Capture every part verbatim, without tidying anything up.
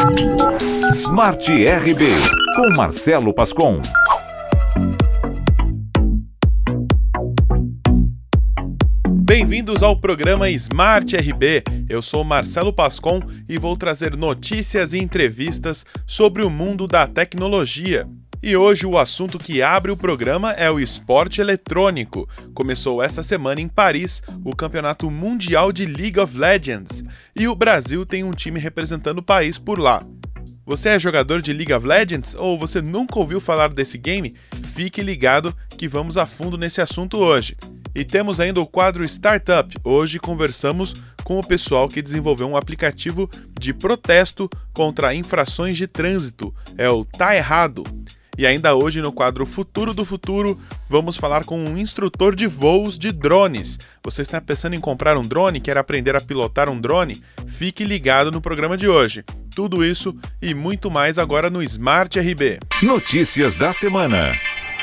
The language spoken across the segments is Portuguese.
Smart R B, com Marcelo Pascon. Bem-vindos ao programa Smart R B. Eu sou Marcelo Pascon e vou trazer notícias e entrevistas sobre o mundo da tecnologia. E hoje o assunto que abre o programa é o esporte eletrônico. Começou essa semana em Paris o Campeonato Mundial de League of Legends e o Brasil tem um time representando o país por lá. Você é jogador de League of Legends ou você nunca ouviu falar desse game? Fique ligado que vamos a fundo nesse assunto hoje. E temos ainda o quadro Startup. Hoje conversamos com o pessoal que desenvolveu um aplicativo de protesto contra infrações de trânsito. É o Tá Errado. E ainda hoje no quadro Futuro do Futuro, vamos falar com um instrutor de voos de drones. Você está pensando em comprar um drone? Quer aprender a pilotar um drone? Fique ligado no programa de hoje. Tudo isso e muito mais agora no Smart R B. Notícias da semana.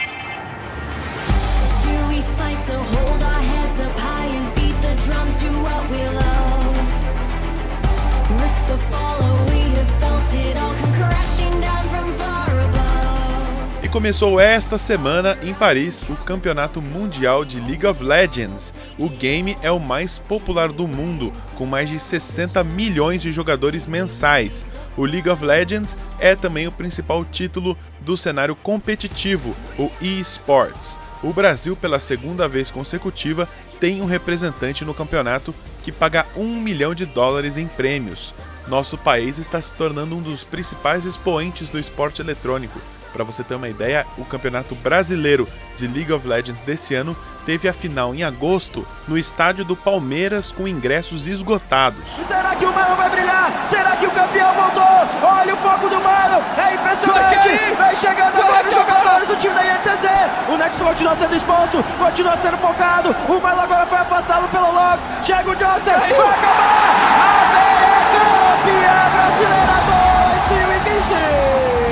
Começou esta semana em Paris o Campeonato Mundial de League of Legends. O game é o mais popular do mundo, com mais de sessenta milhões de jogadores mensais. O League of Legends é também o principal título do cenário competitivo, o eSports. O Brasil, pela segunda vez consecutiva, tem um representante no campeonato que paga um milhão de dólares em prêmios. Nosso país está se tornando um dos principais expoentes do esporte eletrônico. Para você ter uma ideia, o Campeonato Brasileiro de League of Legends desse ano teve a final em agosto no estádio do Palmeiras com ingressos esgotados. Será que o Mano vai brilhar? Será que o campeão voltou? Olha o foco do Mano, é impressionante! Vai chegando agora os jogadores do time da I N T Z. O Nexus continua sendo exposto, continua sendo focado. O Mano agora foi afastado pelo Logs. Chega o Johnson, vai acabar! A V E campeã brasileira dois mil e vinte!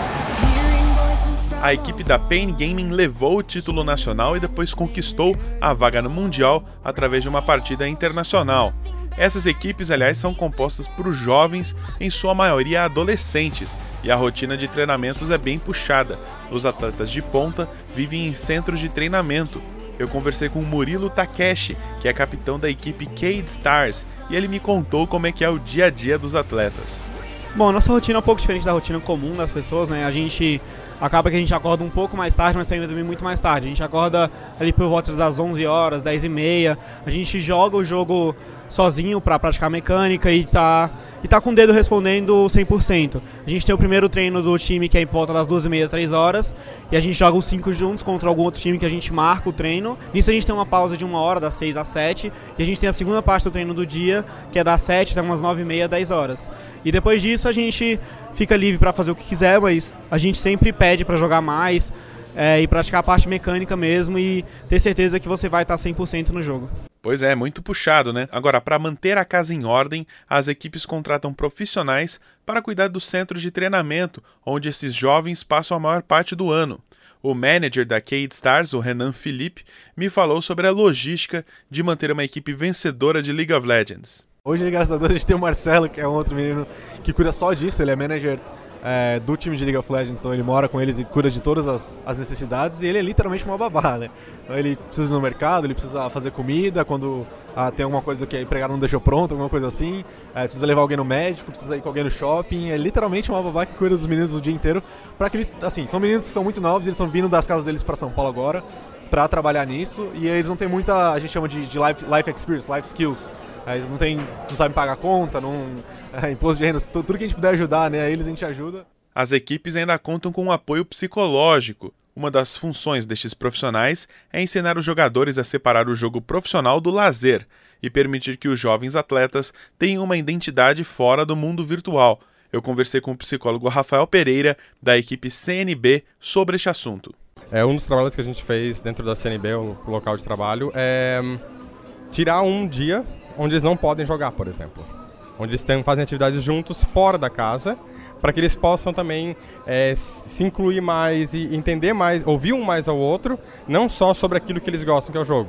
A equipe da Pain Gaming levou o título nacional e depois conquistou a vaga no Mundial através de uma partida internacional. Essas equipes, aliás, são compostas por jovens, em sua maioria adolescentes, e a rotina de treinamentos é bem puxada. Os atletas de ponta vivem em centros de treinamento. Eu conversei com o Murilo Takeshi, que é capitão da equipe Cade Stars, e ele me contou como é que é o dia a dia dos atletas. Bom, a nossa rotina é um pouco diferente da rotina comum das pessoas, né? A gente acaba que a gente acorda um pouco mais tarde, mas também dormir muito mais tarde. A gente acorda ali por volta das onze horas, dez e meia. A gente joga o jogo sozinho para praticar mecânica e tá, e tá com o dedo respondendo cem por cento. A gente tem o primeiro treino do time que é em volta das duas e meia, três horas, e a gente joga os cinco juntos contra algum outro time que a gente marca o treino. Nisso a gente tem uma pausa de uma hora, das seis às sete, e a gente tem a segunda parte do treino do dia, que é das sete até umas nove e meia, dez horas. E depois disso a gente fica livre para fazer o que quiser, mas a gente sempre pede para jogar mais é, e praticar a parte mecânica mesmo e ter certeza que você vai estar cem por cento no jogo. Pois é, muito puxado, né? Agora, para manter a casa em ordem, as equipes contratam profissionais para cuidar dos centros de treinamento, onde esses jovens passam a maior parte do ano. O manager da Cade Stars, o Renan Felipe, me falou sobre a logística de manter uma equipe vencedora de League of Legends. Hoje, graças a Deus, a gente tem o Marcelo, que é um outro menino que cuida só disso, ele é manager é, do time de League of Legends, então ele mora com eles e cuida de todas as, as necessidades, e ele é literalmente uma babá, né? Então ele precisa ir no mercado, ele precisa fazer comida, quando ah, tem alguma coisa que a empregada não deixou pronta, alguma coisa assim, é, precisa levar alguém no médico, precisa ir com alguém no shopping, é literalmente uma babá que cuida dos meninos o dia inteiro, para que ele, assim, são meninos que são muito novos, eles estão vindo das casas deles para São Paulo agora, para trabalhar nisso, e eles não têm muita, a gente chama de, de life, life experience, life skills. Eles não, tem, não sabem pagar conta, não, é, imposto de renda, tudo que a gente puder ajudar, né, eles a gente ajuda. As equipes ainda contam com um apoio psicológico. Uma das funções destes profissionais é ensinar os jogadores a separar o jogo profissional do lazer e permitir que os jovens atletas tenham uma identidade fora do mundo virtual. Eu conversei com o psicólogo Rafael Pereira, da equipe C N B, sobre este assunto. É, um dos trabalhos que a gente fez dentro da C N B, o local de trabalho, é tirar um dia onde eles não podem jogar, por exemplo. Onde eles tem, fazem atividades juntos fora da casa, para que eles possam também é, se incluir mais e entender mais, ouvir um mais ao outro, não só sobre aquilo que eles gostam, que é o jogo,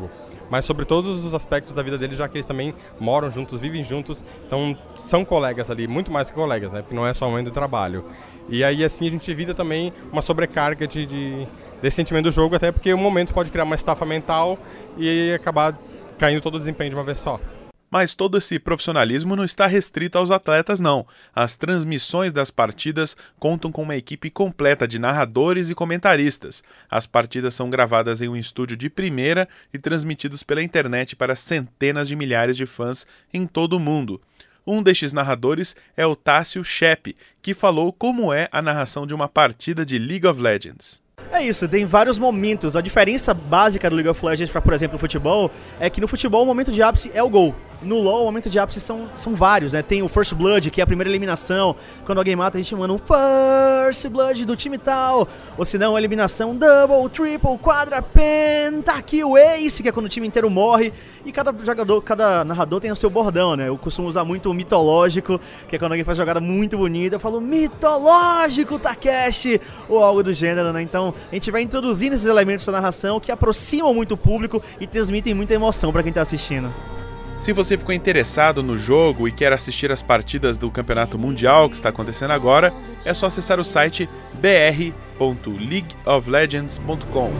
mas sobre todos os aspectos da vida deles, já que eles também moram juntos, vivem juntos, então são colegas ali, muito mais que colegas, né? Porque não é só um momento de trabalho. E aí assim a gente evita também uma sobrecarga de, de, desse sentimento do jogo, até porque o momento pode criar uma estafa mental e acabar caindo todo o desempenho de uma vez só. Mas todo esse profissionalismo não está restrito aos atletas, não. As transmissões das partidas contam com uma equipe completa de narradores e comentaristas. As partidas são gravadas em um estúdio de primeira e transmitidos pela internet para centenas de milhares de fãs em todo o mundo. Um destes narradores é o Tássio Shepp, que falou como é a narração de uma partida de League of Legends. É isso, tem vários momentos. A diferença básica do League of Legends para, por exemplo, o futebol, é que no futebol o momento de ápice é o gol. No LoL, o momento de ápice são, são vários, né? Tem o First Blood, que é a primeira eliminação. Quando alguém mata, a gente manda um First Blood do time tal. Ou se não, a eliminação Double, Triple, Quadra, Penta, Kill, Ace, que é quando o time inteiro morre. E cada jogador, cada narrador tem o seu bordão, né? Eu costumo usar muito o mitológico, que é quando alguém faz jogada muito bonita. Eu falo, mitológico, Takeshi! Ou algo do gênero, né? Então, a gente vai introduzindo esses elementos da narração que aproximam muito o público e transmitem muita emoção para quem tá assistindo. Se você ficou interessado no jogo e quer assistir as partidas do Campeonato Mundial que está acontecendo agora, é só acessar o site b r ponto league of legends ponto com.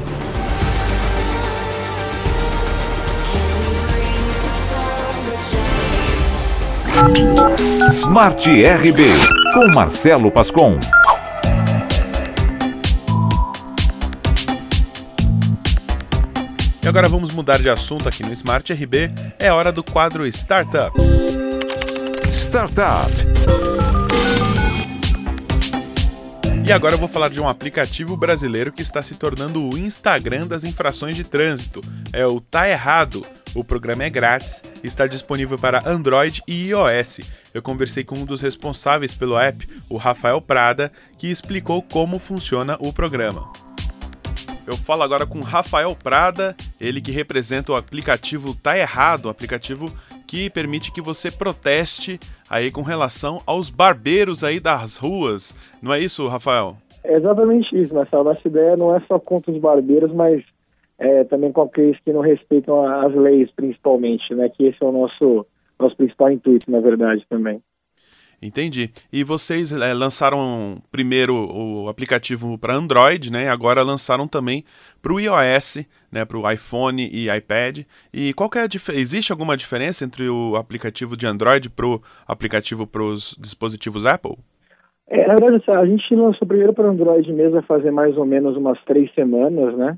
Smart R B, com Marcelo Pascon. E agora vamos mudar de assunto aqui no Smart R B. É hora do quadro Startup. Startup. E agora eu vou falar de um aplicativo brasileiro que está se tornando o Instagram das infrações de trânsito. É o Tá Errado. O programa é grátis e está disponível para Android e iOS. Eu conversei com um dos responsáveis pelo app, o Rafael Prada, que explicou como funciona o programa. Eu falo agora com Rafael Prada, ele que representa o aplicativo Tá Errado, um aplicativo que permite que você proteste aí com relação aos barbeiros aí das ruas. Não é isso, Rafael? É exatamente isso, Marcelo. Nossa ideia não é só contra os barbeiros, mas é, também com aqueles que não respeitam as leis, principalmente, né? Que esse é o nosso, nosso principal intuito, na verdade, também. Entendi. E vocês é, lançaram primeiro o aplicativo para Android, né? Agora lançaram também para o iOS, né? Para o iPhone e iPad. E qual que é a dif- existe alguma diferença entre o aplicativo de Android para o aplicativo para os dispositivos Apple? É, na verdade, a gente lançou primeiro para Android mesmo, vai fazer mais ou menos umas três semanas, né?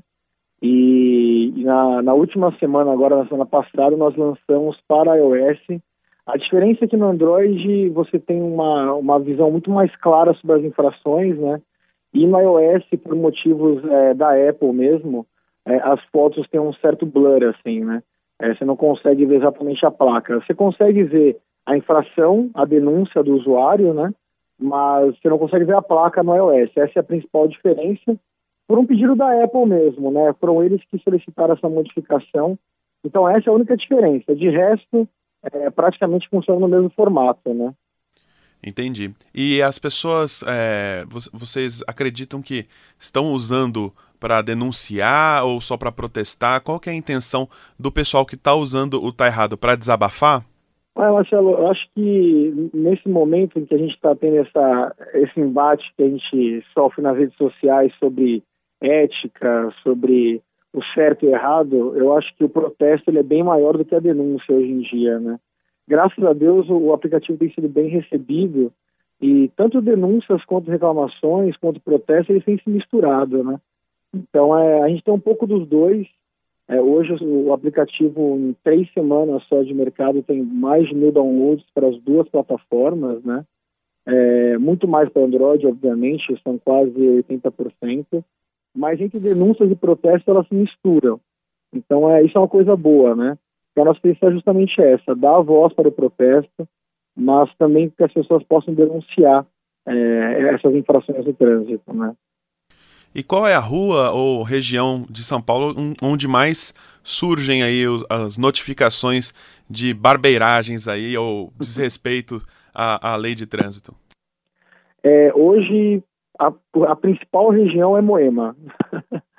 E na, na última semana, agora na semana passada, nós lançamos para iOS. A diferença é que no Android você tem uma, uma visão muito mais clara sobre as infrações, né? E no iOS, por motivos é, da Apple mesmo, é, as fotos têm um certo blur, assim, né? É, você não consegue ver exatamente a placa. Você consegue ver a infração, a denúncia do usuário, né? Mas você não consegue ver a placa no iOS. Essa é a principal diferença. Por um pedido da Apple mesmo, né? Foram eles que solicitaram essa modificação. Então essa é a única diferença. De resto, é, praticamente funciona no mesmo formato, né? Entendi. E as pessoas, é, vocês acreditam que estão usando para denunciar ou só para protestar? Qual que é a intenção do pessoal que está usando o Tá Errado? Para desabafar? Ah, Marcelo, eu acho que nesse momento em que a gente está tendo essa, esse embate que a gente sofre nas redes sociais sobre ética, sobre o certo e o errado, eu acho que o protesto ele é bem maior do que a denúncia hoje em dia, né? Graças a Deus o aplicativo tem sido bem recebido e tanto denúncias quanto reclamações, quanto protestos, eles têm se misturado, né? Então é, a gente tem um pouco dos dois. É, hoje o aplicativo, em três semanas só de mercado, tem mais de mil downloads para as duas plataformas, né? É, muito mais para Android, obviamente, são quase oitenta por cento. Mas entre denúncias e protestos, elas se misturam. Então é, isso é uma coisa boa, né? Então a nossa intenção é justamente essa, dar a voz para o protesto, mas também que as pessoas possam denunciar é, essas infrações do trânsito, né? E qual é a rua ou região de São Paulo onde mais surgem aí as notificações de barbeiragens aí ou desrespeito à, à lei de trânsito? É, hoje a, a principal região é Moema.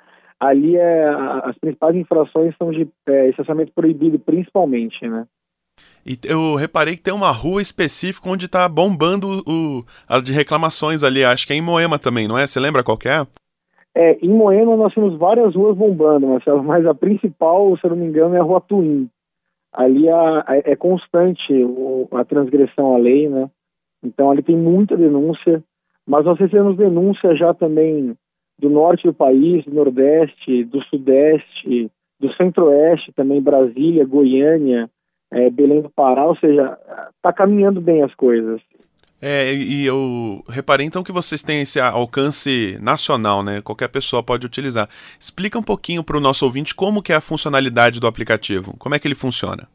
ali é, as principais infrações são de é, estacionamento proibido, principalmente, né? E eu reparei que tem uma rua específica onde tá bombando o, as de reclamações ali, acho que é em Moema também, não é? Você lembra qual que é? É, em Moema nós temos várias ruas bombando, Marcelo, mas a principal, se eu não me engano, é a Rua Tuim. Ali a, a, é constante o, a transgressão à lei, né? Então ali tem muita denúncia, mas nós recebemos denúncia já também do norte do país, do nordeste, do sudeste, do centro-oeste também, Brasília, Goiânia, é, Belém do Pará, ou seja, está caminhando bem as coisas. É, e eu reparei então que vocês têm esse alcance nacional, né? Qualquer pessoa pode utilizar. Explica um pouquinho para o nosso ouvinte como que é a funcionalidade do aplicativo, como é que ele funciona.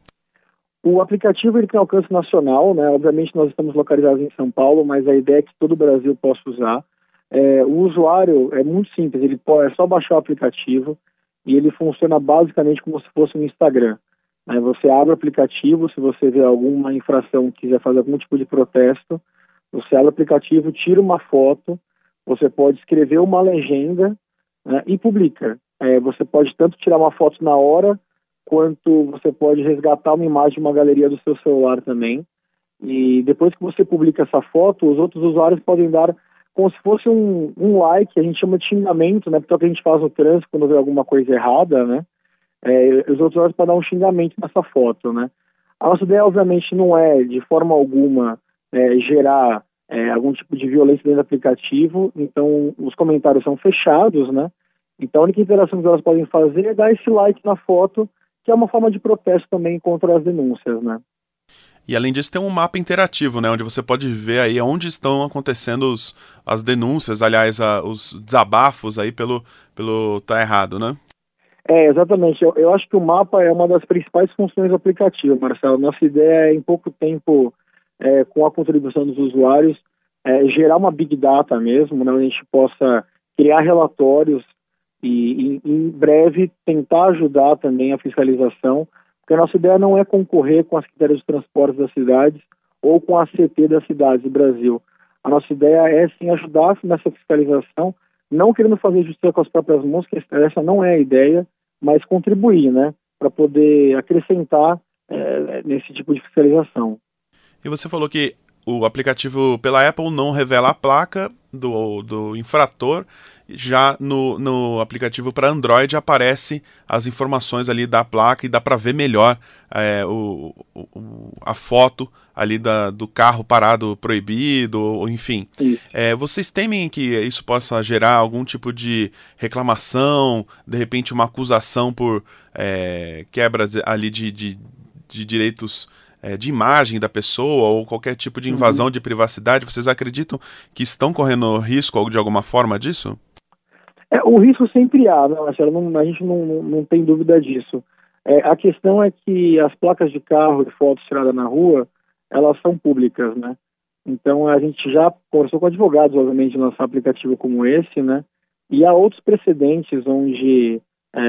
O aplicativo ele tem alcance nacional, né? Obviamente nós estamos localizados em São Paulo, mas a ideia é que todo o Brasil possa usar. É, o usuário é muito simples, ele pode, é só baixar o aplicativo e ele funciona basicamente como se fosse um Instagram. Né? Você abre o aplicativo, se você vê alguma infração, quiser fazer algum tipo de protesto, você abre o aplicativo, tira uma foto, você pode escrever uma legenda, né, e publica. É, você pode tanto tirar uma foto na hora, quanto você pode resgatar uma imagem de uma galeria do seu celular também. E depois que você publica essa foto, os outros usuários podem dar como se fosse um, um like, a gente chama de xingamento, né? Porque é o que a gente faz no trânsito quando vê alguma coisa errada, né? É, os outros usuários podem dar um xingamento nessa foto, né? A nossa ideia, obviamente, não é, de forma alguma, é, gerar é, algum tipo de violência dentro do aplicativo, então os comentários são fechados, né? Então a única interação que elas podem fazer é dar esse like na foto, que é uma forma de protesto também contra as denúncias, né? E além disso tem um mapa interativo, né, onde você pode ver aí onde estão acontecendo os, as denúncias, aliás, a, os desabafos aí pelo, pelo tá errado, né? É, exatamente. Eu, eu acho que o mapa é uma das principais funções do aplicativo, Marcelo. Nossa ideia é, em pouco tempo, é, com a contribuição dos usuários, é, gerar uma big data mesmo, né, onde a gente possa criar relatórios e, em, em breve, tentar ajudar também a fiscalização, porque a nossa ideia não é concorrer com as secretarias de transportes das cidades ou com a C T das cidades do Brasil. A nossa ideia é, sim, ajudar nessa fiscalização, não querendo fazer justiça com as próprias mãos, que essa não é a ideia, mas contribuir, né, para poder acrescentar é, nesse tipo de fiscalização. E você falou que o aplicativo pela Apple não revela a placa do, do infrator, já no, no aplicativo para Android aparece as informações ali da placa e dá para ver melhor é, o, o, a foto ali da, do carro parado proibido, ou, enfim. É, vocês temem que isso possa gerar algum tipo de reclamação, de repente uma acusação por é, quebra ali de, de, de direitos É, de imagem da pessoa ou qualquer tipo de invasão uhum. de privacidade? Vocês acreditam que estão correndo risco de alguma forma disso? É, o risco sempre há, né, Marcelo? Não, a gente não, não, não tem dúvida disso. É, a questão é que as placas de carro e fotos tiradas na rua, elas são públicas, né? Então a gente já conversou com advogados, obviamente, de lançar um aplicativo como esse, né? E há outros precedentes onde é,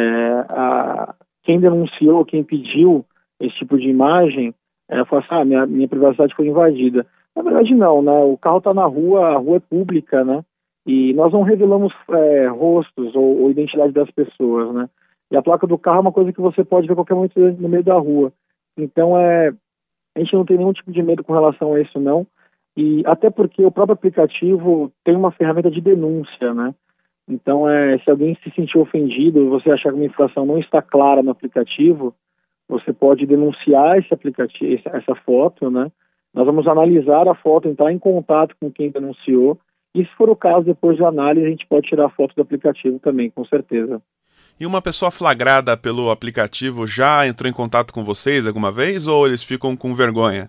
a, quem denunciou, quem pediu esse tipo de imagem, É, fala assim, ah, minha, minha privacidade foi invadida. Na verdade não, né? O carro está na rua, a rua é pública, né? E nós não revelamos é, rostos ou, ou identidade das pessoas, né? E a placa do carro é uma coisa que você pode ver a qualquer momento no meio da rua. Então é, a gente não tem nenhum tipo de medo com relação a isso, não. E até porque o próprio aplicativo tem uma ferramenta de denúncia, né? Então é, se alguém se sentir ofendido, você achar que uma infração não está clara no aplicativo, você pode denunciar esse aplicativo, essa foto, né? Nós vamos analisar a foto, entrar em contato com quem denunciou, e se for o caso, depois de análise, a gente pode tirar a foto do aplicativo também, com certeza. E uma pessoa flagrada pelo aplicativo já entrou em contato com vocês alguma vez, ou eles ficam com vergonha?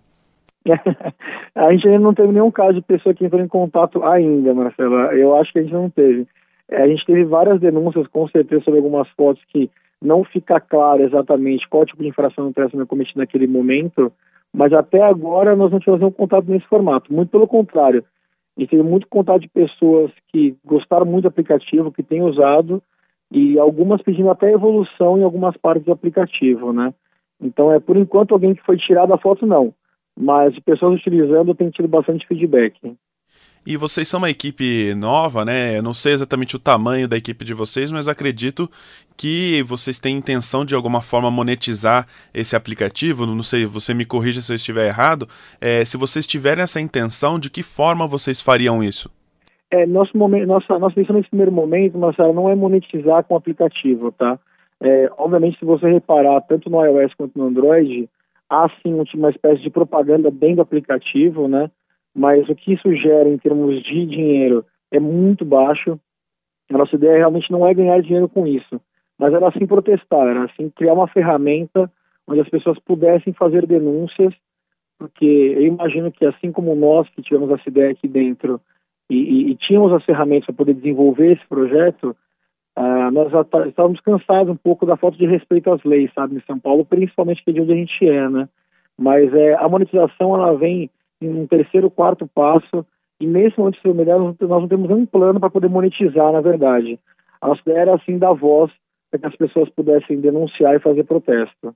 A gente ainda não teve nenhum caso de pessoa que entrou em contato ainda, Marcelo. Eu acho que a gente não teve. A gente teve várias denúncias, com certeza, sobre algumas fotos que não fica claro exatamente qual tipo de infração está sendo cometida naquele momento, mas até agora nós não tivemos nenhum contato nesse formato. Muito pelo contrário, a gente teve muito contato de pessoas que gostaram muito do aplicativo, que têm usado, e algumas pedindo até evolução em algumas partes do aplicativo, né? Então, é por enquanto alguém que foi tirado a foto, não. Mas de pessoas utilizando tem tido bastante feedback. E vocês são uma equipe nova, né? Eu não sei exatamente o tamanho da equipe de vocês, mas acredito que vocês têm intenção de alguma forma monetizar esse aplicativo. Não sei, você me corrija se eu estiver errado. É, se vocês tiverem essa intenção, de que forma vocês fariam isso? É, nosso momento, nossa, nossa intenção nesse primeiro momento, Marcelo, não é monetizar com o aplicativo, tá? É, obviamente, se você reparar, tanto no iOS quanto no Android, há sim uma espécie de propaganda dentro do aplicativo, né? Mas o que isso gera em termos de dinheiro é muito baixo. A nossa ideia realmente não é ganhar dinheiro com isso, mas era assim protestar, era assim criar uma ferramenta onde as pessoas pudessem fazer denúncias, porque eu imagino que assim como nós que tivemos essa ideia aqui dentro e, e, e tínhamos as ferramentas para poder desenvolver esse projeto, uh, nós estávamos cansados um pouco da falta de respeito às leis, sabe, em São Paulo, principalmente que é de onde a gente é, né? Mas é, a monetização, ela vem em um terceiro, quarto passo, e nesse momento de melhor, nós não temos nenhum plano para poder monetizar, na verdade. A nossa ideia era, assim, dar voz para que as pessoas pudessem denunciar e fazer protesto.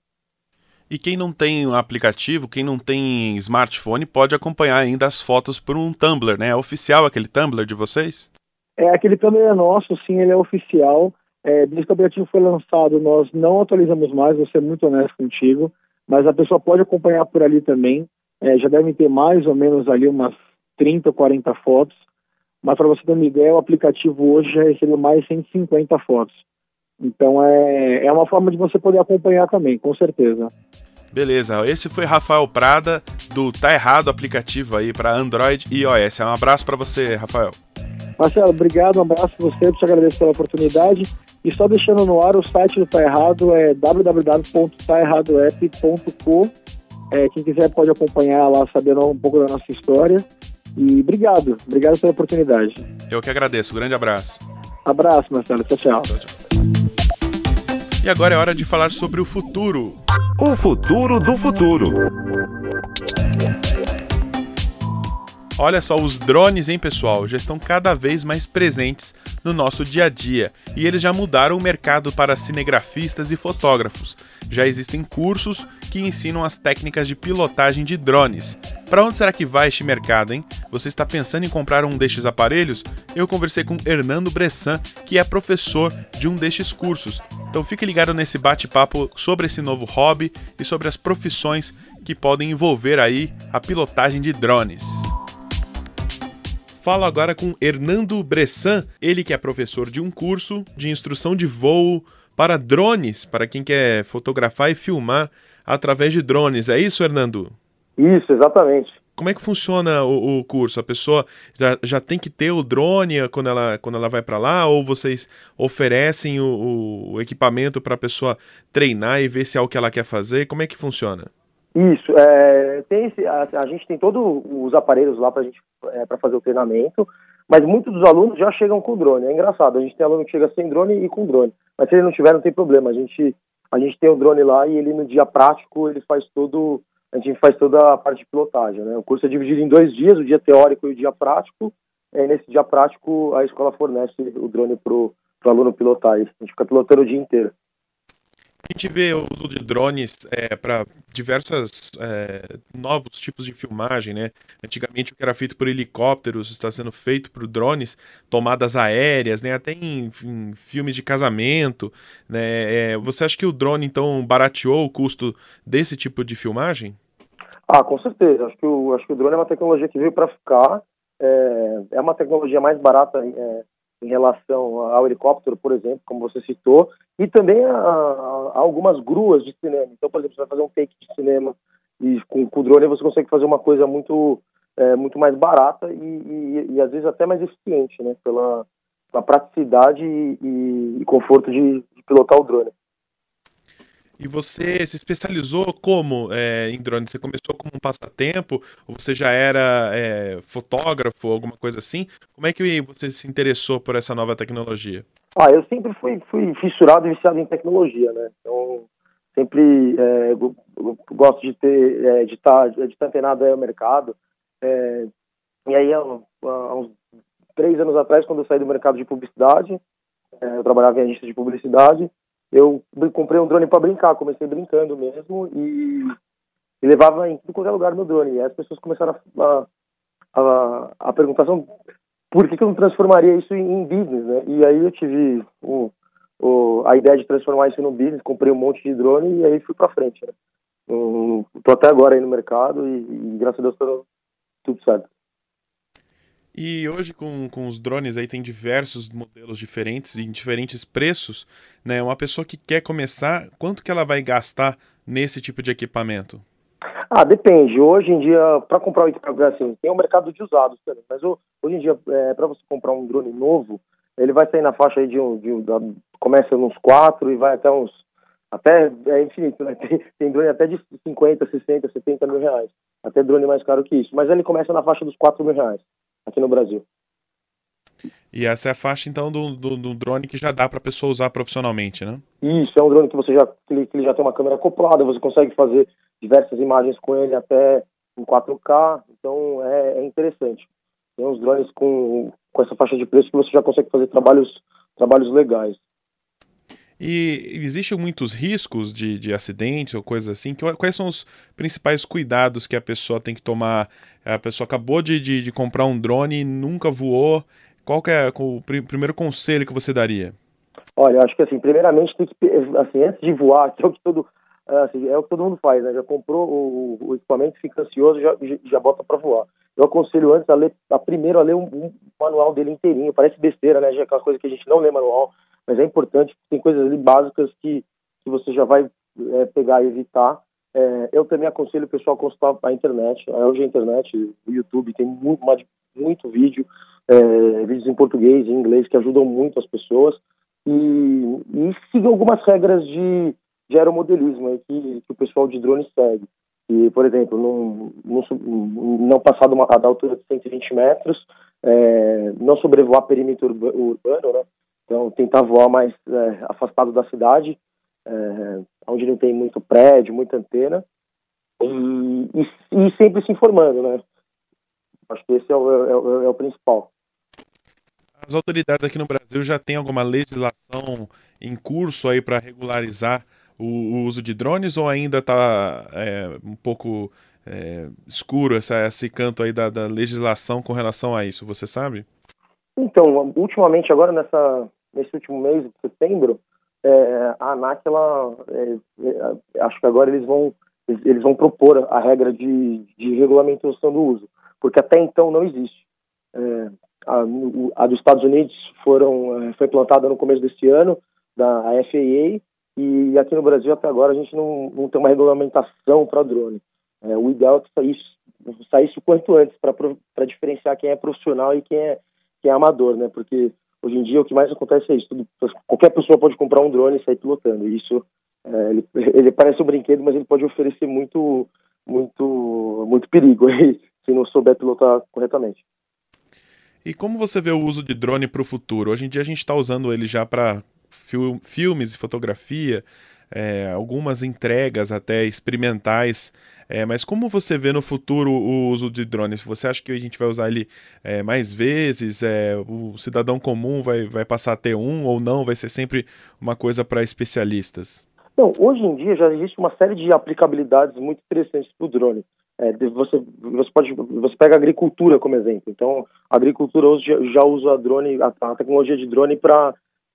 E quem não tem o aplicativo, quem não tem smartphone, pode acompanhar ainda as fotos por um Tumblr, né? É oficial aquele Tumblr de vocês? É, aquele Tumblr é nosso, sim, ele é oficial. É, desde que o aplicativo foi lançado, nós não atualizamos mais, vou ser muito honesto contigo, mas a pessoa pode acompanhar por ali também. É, já devem ter mais ou menos ali umas trinta ou quarenta fotos, mas para você ter uma ideia, o aplicativo hoje já recebeu mais de cento e cinquenta fotos. Então é, é uma forma de você poder acompanhar também, com certeza. Beleza, esse foi Rafael Prada, do Tá Errado aplicativo aí para Android e iOS. Um abraço para você, Rafael. Marcelo, obrigado, um abraço para você, eu te agradeço pela oportunidade. E só deixando no ar, o site do Tá Errado é w w w ponto tá errado app ponto com. É, quem quiser pode acompanhar lá, sabendo um pouco da nossa história. E obrigado, obrigado pela oportunidade. Eu que agradeço, grande abraço. Abraço, Marcelo, tchau, tchau. Tchau, tchau. E agora é hora de falar sobre o futuro. O futuro do futuro. Olha só, os drones, hein, pessoal, já estão cada vez mais presentes no nosso dia a dia e eles já mudaram o mercado para cinegrafistas e fotógrafos. Já existem cursos que ensinam as técnicas de pilotagem de drones. Para onde será que vai este mercado, hein? Você está pensando em comprar um destes aparelhos? Eu conversei com Hernando Bressan, que é professor de um destes cursos. Então fique ligado nesse bate-papo sobre esse novo hobby e sobre as profissões que podem envolver aí a pilotagem de drones. Falo agora com Hernando Bressan, ele que é professor de um curso de instrução de voo para drones, para quem quer fotografar e filmar através de drones. É isso, Hernando? Isso, exatamente. Como é que funciona o, o curso? A pessoa já, já tem que ter o drone quando ela, quando ela vai para lá, ou vocês oferecem o, o equipamento para a pessoa treinar e ver se é o que ela quer fazer? Como é que funciona? Isso, é, tem esse, a, a gente tem todos os aparelhos lá para gente é, para fazer o treinamento, mas muitos dos alunos já chegam com drone. É engraçado, a gente tem aluno que chega sem drone e com drone, mas se ele não tiver, não tem problema. A gente, a gente tem o drone lá e ele no dia prático ele faz todo, a gente faz toda a parte de pilotagem, né? O curso é dividido em dois dias, o dia teórico e o dia prático. É, nesse dia prático a escola fornece o drone para o aluno pilotar. A gente fica pilotando o dia inteiro. A gente vê o uso de drones é, para diversos é, novos tipos de filmagem, né? Antigamente o que era feito por helicópteros está sendo feito por drones, tomadas aéreas, né? Até em, em filmes de casamento, né? É, você acha que o drone então barateou o custo desse tipo de filmagem? Ah, com certeza. Acho que o, acho que o drone é uma tecnologia que veio para ficar. É, é uma tecnologia mais barata é, em relação ao helicóptero, por exemplo, como você citou, e também a, a, a algumas gruas de cinema. Então, por exemplo, você vai fazer um take de cinema e com, com o drone você consegue fazer uma coisa muito, é, muito mais barata e, e, e às vezes até mais eficiente, né? Pela, pela praticidade e, e, e conforto de, de pilotar o drone. E você se especializou como é, em drone? Você começou como um passatempo? Ou você já era é, fotógrafo, alguma coisa assim? Como é que você se interessou por essa nova tecnologia? Ah, eu sempre fui, fui fissurado e viciado em tecnologia, né? Então, sempre é, gosto de ter, é, de estar de estar antenado aí ao mercado. É, e aí, há, há uns três anos atrás, quando eu saí do mercado de publicidade, é, eu trabalhava em agência de publicidade, eu comprei um drone para brincar, comecei brincando mesmo e, e levava em tudo qualquer lugar meu drone. E aí as pessoas começaram a, a, a perguntação, por que, que eu não transformaria isso em, em business, né? E aí eu tive o, o, a ideia de transformar isso no business, comprei um monte de drone e aí fui para frente, né? Um, tô até agora aí no mercado e, e graças a Deus tá tudo certo. E hoje com, com os drones aí tem diversos modelos diferentes e em diferentes preços, né? Uma pessoa que quer começar, quanto que ela vai gastar nesse tipo de equipamento? Ah, depende. Hoje em dia, para comprar um equipamento, assim, tem um mercado de usados também, mas hoje em dia, é, para você comprar um drone novo, ele vai sair na faixa aí de um, de um da, começa nos quatro e vai até uns, até, é infinito, né? Tem, tem drone até de cinquenta, sessenta, setenta mil reais. Até drone mais caro que isso. Mas ele começa na faixa dos quatro mil reais, aqui no Brasil. E essa é a faixa, então, do, do, do drone que já dá para a pessoa usar profissionalmente, né? Isso, é um drone que você já, que ele, que ele já tem uma câmera acoplada, você consegue fazer diversas imagens com ele até em quatro K, então é, é interessante. Tem uns drones com, com essa faixa de preço que você já consegue fazer trabalhos, trabalhos legais. E existem muitos riscos de, de acidentes ou coisas assim? Quais são os principais cuidados que a pessoa tem que tomar? A pessoa acabou de, de, de comprar um drone e nunca voou. Qual que é o primeiro conselho que você daria? Olha, acho que assim, primeiramente tem que, assim, antes de voar, que é o que todo, assim, é o que todo mundo faz, né? Já comprou o, o equipamento, fica ansioso, já, já bota para voar. Eu aconselho antes a ler, a primeiro a ler um, um manual dele inteirinho. Parece besteira, né? Já é aquela coisa que a gente não lê manual, mas é importante, tem coisas ali básicas que, que você já vai é, pegar e evitar. É, eu também aconselho o pessoal a consultar a internet. Hoje a internet, o YouTube tem muito, muito vídeo, é, vídeos em português e em inglês que ajudam muito as pessoas. E, e seguir algumas regras de, de aeromodelismo aí, que, que o pessoal de drone segue. E, por exemplo, não, não, não passar uma, da altura de cento e vinte metros, é, não sobrevoar perímetro urbano, né? Então, tentar voar mais é, afastado da cidade, é, onde não tem muito prédio, muita antena, e, e, e sempre se informando, né? Acho que esse é o, é, o, é o principal. As autoridades aqui no Brasil já têm alguma legislação em curso aí para regularizar o, o uso de drones ou ainda está é, um pouco é, escuro essa, esse canto aí da, da legislação com relação a isso? Você sabe? Então, ultimamente, agora nessa, nesse último mês de setembro, é, a ANAC, ela, é, é, acho que agora eles vão, eles vão propor a regra de, de regulamentação do uso, porque até então não existe. É, a, a dos Estados Unidos foram, foi implantada no começo deste ano, da F A A, e aqui no Brasil até agora a gente não, não tem uma regulamentação para drone. É, o ideal é que saísse, saísse o quanto antes para diferenciar quem é profissional e quem é, quem é amador, né? Porque hoje em dia o que mais acontece é isso. Tudo, qualquer pessoa pode comprar um drone e sair pilotando. E isso, é, ele, ele parece um brinquedo, mas ele pode oferecer muito, muito, muito perigo aí, se não souber pilotar corretamente. E como você vê o uso de drone para o futuro? Hoje em dia a gente está usando ele já para fil- filmes e fotografia, é, algumas entregas até experimentais, é, mas como você vê no futuro o uso de drones? Você acha que a gente vai usar ele é, mais vezes? É, o cidadão comum vai, vai passar a ter um ou não? Vai ser sempre uma coisa para especialistas? Não, hoje em dia já existe uma série de aplicabilidades muito interessantes para o drone. É, você, você, pode, você pega a agricultura como exemplo. Então, a agricultura hoje já, já usa drone, a, a tecnologia de drone para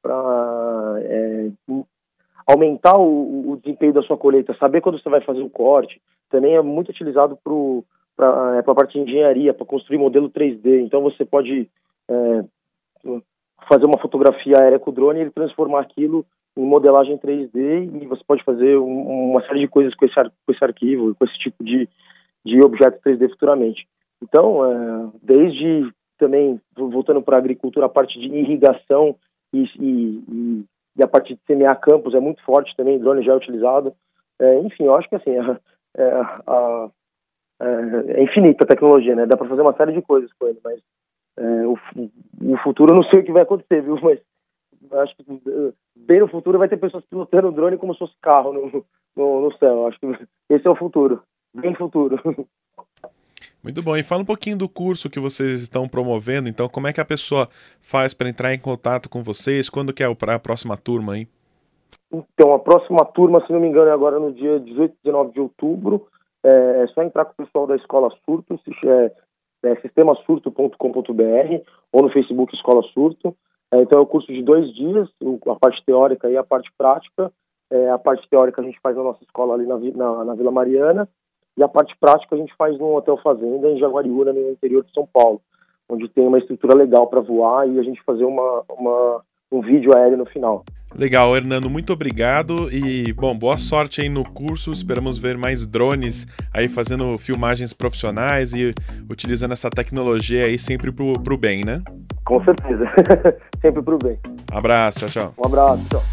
é, aumentar o, o desempenho da sua colheita, saber quando você vai fazer o corte. Também é muito utilizado para é, a parte de engenharia, para construir modelo três D. Então, você pode é, fazer uma fotografia aérea com o drone e ele transformar aquilo em modelagem três D e você pode fazer um, uma série de coisas com esse, com esse arquivo, com esse tipo de de objetos três D futuramente. Então, é, desde também, voltando para a agricultura, a parte de irrigação e, e, e a parte de semear campos é muito forte também, drone já é utilizado. É, enfim, eu acho que assim, é, é, a, é, é infinita a tecnologia, né? Dá para fazer uma série de coisas com ele, mas é, o, o futuro eu não sei o que vai acontecer, viu? Mas acho que bem no futuro vai ter pessoas pilotando o drone como se fosse carro no, no, no céu. Acho que esse é o futuro. Bem futuro. Muito bom. E fala um pouquinho do curso que vocês estão promovendo. Então, como é que a pessoa faz para entrar em contato com vocês? Quando que é a próxima turma aí? Então, a próxima turma, se não me engano, é agora no dia dezoito e dezenove de outubro. É só entrar com o pessoal da Escola Surtos. É, é sistema surto ponto com ponto b r, ou no Facebook Escola Surto. É, então é um curso de dois dias, a parte teórica e a parte prática. É, a parte teórica a gente faz na nossa escola ali na, na, na Vila Mariana, e a parte prática a gente faz no Hotel Fazenda, em Jaguariúna, no interior de São Paulo, onde tem uma estrutura legal para voar e a gente fazer uma, uma, um vídeo aéreo no final. Legal, Hernando, muito obrigado e, bom, boa sorte aí no curso. Esperamos ver mais drones aí fazendo filmagens profissionais e utilizando essa tecnologia aí sempre pro, pro bem, né? Com certeza, sempre pro bem. Abraço, tchau, tchau. Um abraço, tchau.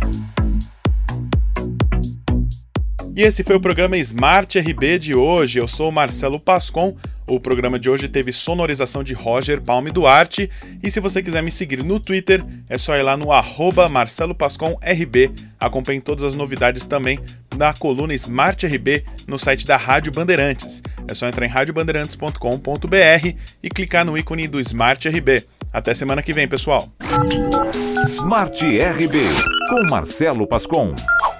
E esse foi o programa Smart R B de hoje. Eu sou o Marcelo Pascon. O programa de hoje teve sonorização de Roger Palme Duarte. E se você quiser me seguir no Twitter, é só ir lá no arroba Marcelo Pascon R B. Acompanhe todas as novidades também na coluna Smart R B no site da Rádio Bandeirantes. É só entrar em rádio bandeirantes ponto com ponto b r e clicar no ícone do Smart R B. Até semana que vem, pessoal. Smart R B, com Marcelo Pascon.